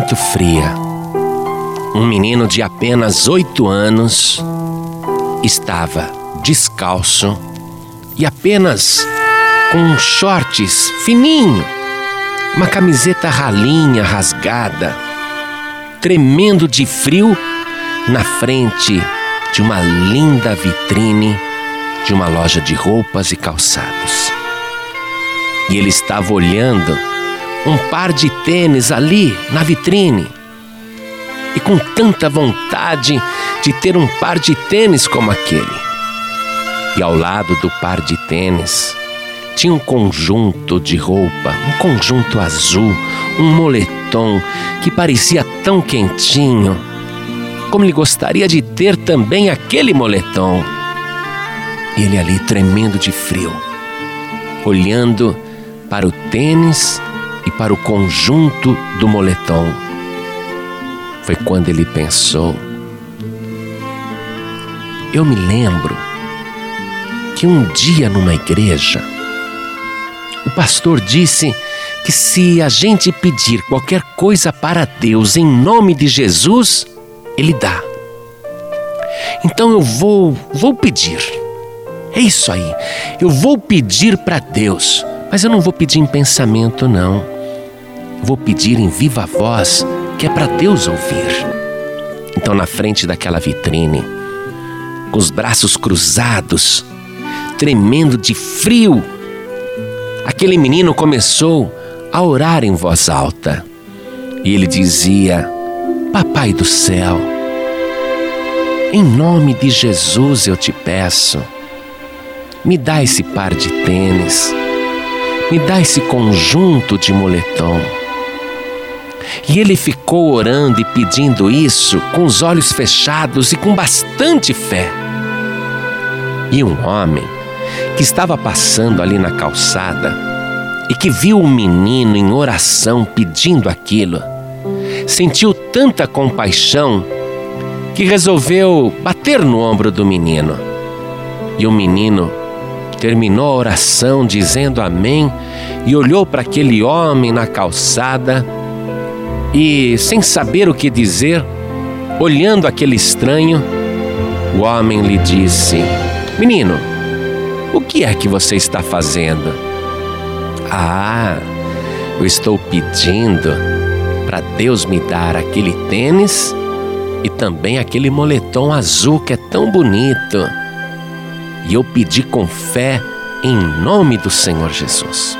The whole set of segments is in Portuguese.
muito fria. Um menino de apenas 8 anos estava descalço e apenas com um shorts fininho, uma camiseta ralinha, rasgada, tremendo de frio na frente de uma linda vitrine de uma loja de roupas e calçados. E ele estava olhando um par de tênis ali na vitrine e com tanta vontade de ter um par de tênis como aquele. E ao lado do par de tênis tinha um conjunto de roupa, um conjunto azul, um moletom que parecia tão quentinho, como ele gostaria de ter também aquele moletom. E ele ali tremendo de frio, olhando para o tênis e para o conjunto do moletom. Foi quando ele pensou: eu me lembro que um dia numa igreja, o pastor disse que se a gente pedir qualquer coisa para Deus em nome de Jesus, Ele dá. Então eu vou pedir. É isso aí. Eu vou pedir para Deus, mas eu não vou pedir em pensamento, não. Eu vou pedir em viva voz, que é para Deus ouvir. Então, na frente daquela vitrine, com os braços cruzados, tremendo de frio, aquele menino começou a orar em voz alta. E ele dizia: Papai do céu, em nome de Jesus eu te peço, me dá esse par de tênis, me dá esse conjunto de moletom. E ele ficou orando e pedindo isso com os olhos fechados e com bastante fé. E um homem que estava passando ali na calçada e que viu o menino em oração pedindo aquilo, sentiu tanta compaixão que resolveu bater no ombro do menino. E o menino terminou a oração dizendo amém e olhou para aquele homem na calçada e, sem saber o que dizer, olhando aquele estranho, o homem lhe disse: Menino, o que é que você está fazendo? Ah, eu estou pedindo para Deus me dar aquele tênis e também aquele moletom azul que é tão bonito. E eu pedi com fé em nome do Senhor Jesus.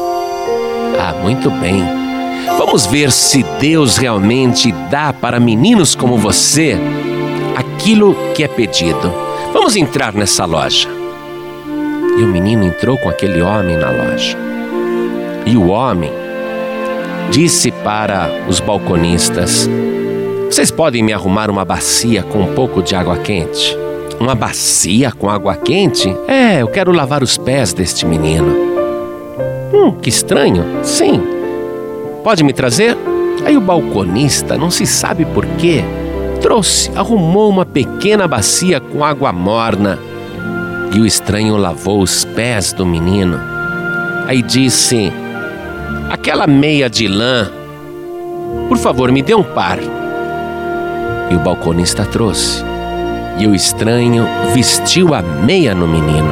Ah, muito bem. Vamos ver se Deus realmente dá para meninos como você aquilo que é pedido. Vamos entrar nessa loja. E o menino entrou com aquele homem na loja. E o homem disse para os balconistas: Vocês podem me arrumar uma bacia com um pouco de água quente? Uma bacia com água quente? Eu quero lavar os pés deste menino. Que estranho. Sim. Pode me trazer? Aí o balconista, não se sabe por quê, arrumou uma pequena bacia com água morna. E o estranho lavou os pés do menino. Aí disse: Aquela meia de lã, por favor, me dê um par. E o balconista trouxe. E o estranho vestiu a meia no menino.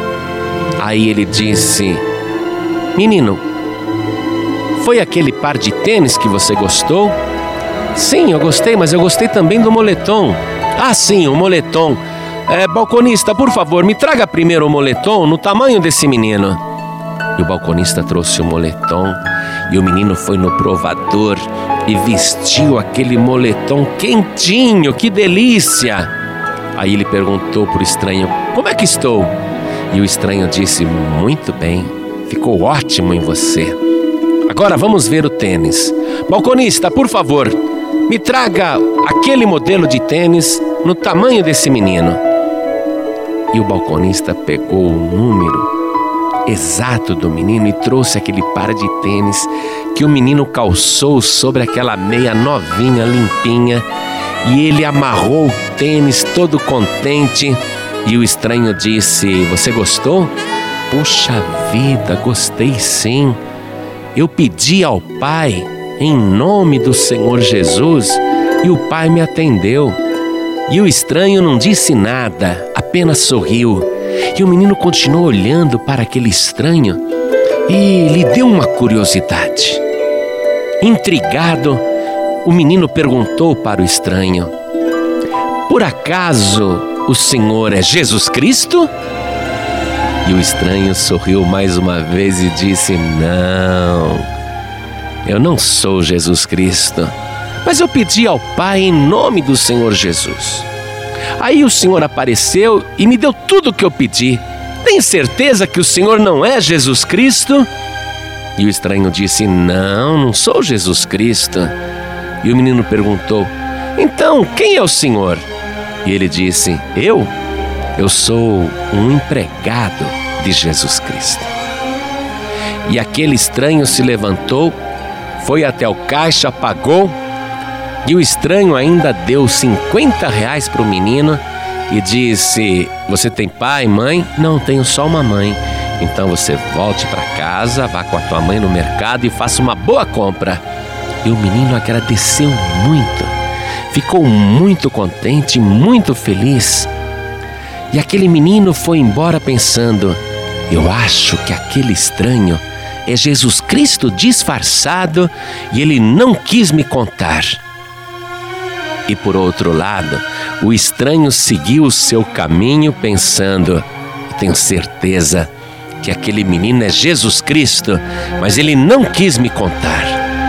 Aí ele disse: Menino, foi aquele par de tênis que você gostou? Sim, eu gostei, mas eu gostei também do moletom. Ah, sim, o moletom. Balconista, por favor, me traga primeiro o moletom no tamanho desse menino. E o balconista trouxe o moletom e o menino foi no provador e vestiu aquele moletom quentinho, que delícia! Aí ele perguntou para o estranho: Como é que estou? E o estranho disse: Muito bem, ficou ótimo em você. Agora vamos ver o tênis. Balconista, por favor, me traga aquele modelo de tênis no tamanho desse menino. E o balconista pegou o número exato do menino e trouxe aquele par de tênis que o menino calçou sobre aquela meia novinha, limpinha. E ele amarrou o tênis todo contente. E o estranho disse: Você gostou? Puxa vida, gostei sim. Eu pedi ao Pai em nome do Senhor Jesus, e o pai me atendeu. E o estranho não disse nada, apenas sorriu. E o menino continuou olhando para aquele estranho e lhe deu uma curiosidade. Intrigado, o menino perguntou para o estranho: por acaso o senhor é Jesus Cristo? E o estranho sorriu mais uma vez e disse: não, eu não sou Jesus Cristo, mas eu pedi ao Pai em nome do Senhor Jesus. Aí o Senhor apareceu e me deu tudo o que eu pedi. Tem certeza que o Senhor não é Jesus Cristo? E o estranho disse: não sou Jesus Cristo. E o menino perguntou: então quem é o Senhor? E ele disse: eu sou um empregado de Jesus Cristo. E aquele estranho se levantou, foi até o caixa, pagou, e o estranho ainda deu R$50 para o menino e disse: você tem pai, mãe? Não, tenho só uma mãe. Então você volte para casa, vá com a tua mãe no mercado e faça uma boa compra. E o menino agradeceu muito, ficou muito contente, muito feliz. E aquele menino foi embora pensando: eu acho que aquele estranho é Jesus Cristo disfarçado e ele não quis me contar. E por outro lado, o estranho seguiu o seu caminho pensando: tenho certeza que aquele menino é Jesus Cristo, mas ele não quis me contar.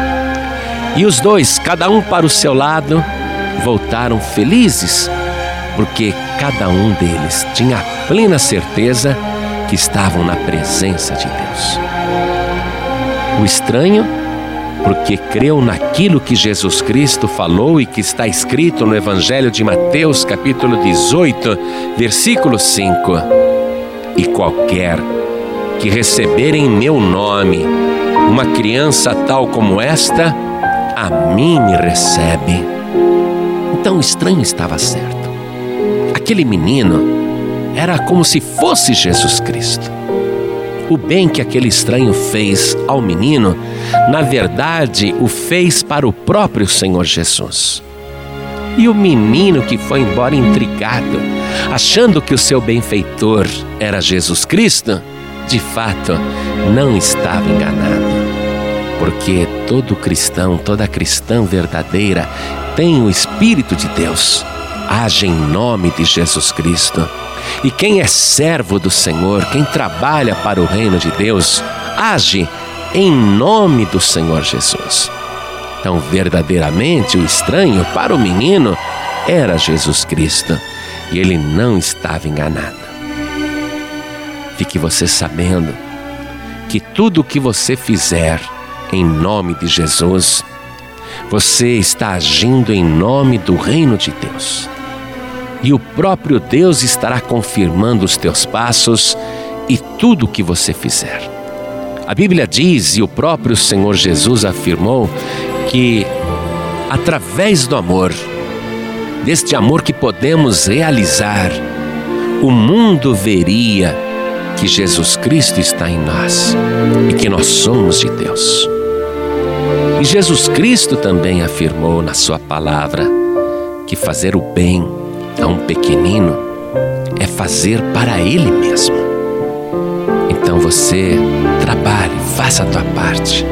E os dois, cada um para o seu lado, voltaram felizes, porque cada um deles tinha a plena certeza que estavam na presença de Deus. O estranho, porque creu naquilo que Jesus Cristo falou e que está escrito no Evangelho de Mateus, capítulo 18, versículo 5. E qualquer que receber em meu nome uma criança tal como esta, a mim me recebe. Então o estranho estava certo. Aquele menino era como se fosse Jesus Cristo. O bem que aquele estranho fez ao menino, na verdade, o fez para o próprio Senhor Jesus. E o menino que foi embora intrigado, achando que o seu benfeitor era Jesus Cristo, de fato, não estava enganado. Porque todo cristão, toda cristã verdadeira tem o Espírito de Deus, age em nome de Jesus Cristo. E quem é servo do Senhor, quem trabalha para o reino de Deus, age em nome do Senhor Jesus. Então, verdadeiramente, o estranho para o menino era Jesus Cristo, e ele não estava enganado. Fique você sabendo que tudo o que você fizer em nome de Jesus, você está agindo em nome do reino de Deus. E o próprio Deus estará confirmando os teus passos e tudo o que você fizer. A Bíblia diz, e o próprio Senhor Jesus afirmou, que através do amor, deste amor que podemos realizar, o mundo veria que Jesus Cristo está em nós e que nós somos de Deus. E Jesus Cristo também afirmou na sua palavra que fazer o bem a um pequenino é fazer para ele mesmo. Então você trabalhe, faça a tua parte,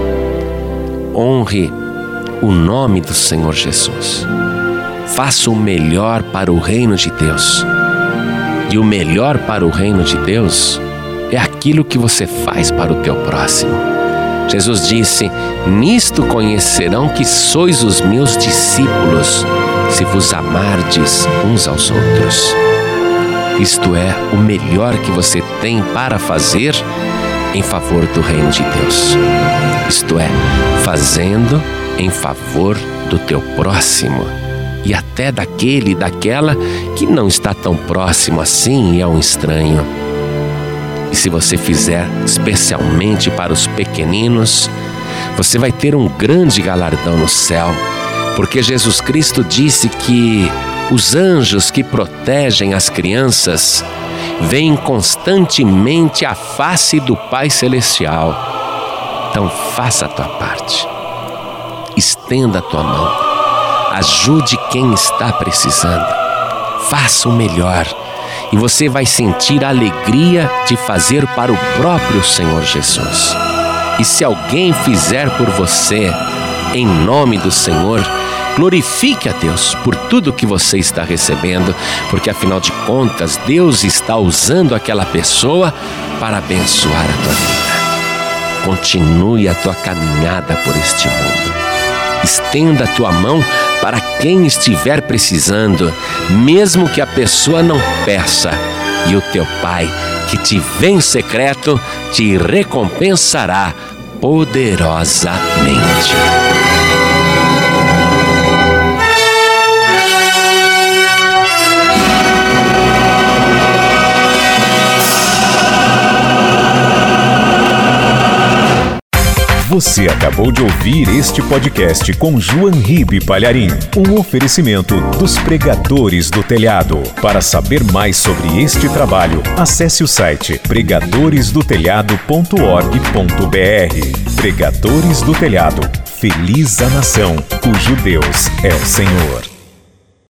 honre o nome do Senhor Jesus, faça o melhor para o reino de Deus. E o melhor para o reino de Deus é aquilo que você faz para o teu próximo. Jesus disse: nisto conhecerão que sois os meus discípulos, se vos amardes uns aos outros. Isto é o melhor que você tem para fazer em favor do reino de Deus. Isto é, fazendo em favor do teu próximo e até daquele e daquela que não está tão próximo assim e é um estranho. E se você fizer especialmente para os pequeninos, você vai ter um grande galardão no céu, porque Jesus Cristo disse que os anjos que protegem as crianças veem constantemente a face do Pai Celestial. Então faça a tua parte estenda a tua mão. Ajude quem está precisando. Faça o melhor e você vai sentir a alegria de fazer para o próprio Senhor Jesus. E se alguém fizer por você, em nome do Senhor, glorifique a Deus por tudo que você está recebendo, porque afinal de contas, Deus está usando aquela pessoa para abençoar a tua vida. Continue a tua caminhada por este mundo. Estenda a tua mão para quem estiver precisando, mesmo que a pessoa não peça, e o teu Pai, que te vê em secreto, te recompensará poderosamente. Você acabou de ouvir este podcast com João Ribe Palharim, um oferecimento dos Pregadores do Telhado. Para saber mais sobre este trabalho, acesse o site pregadoresdotelhado.org.br. Pregadores do Telhado, feliz a nação cujo Deus é o Senhor.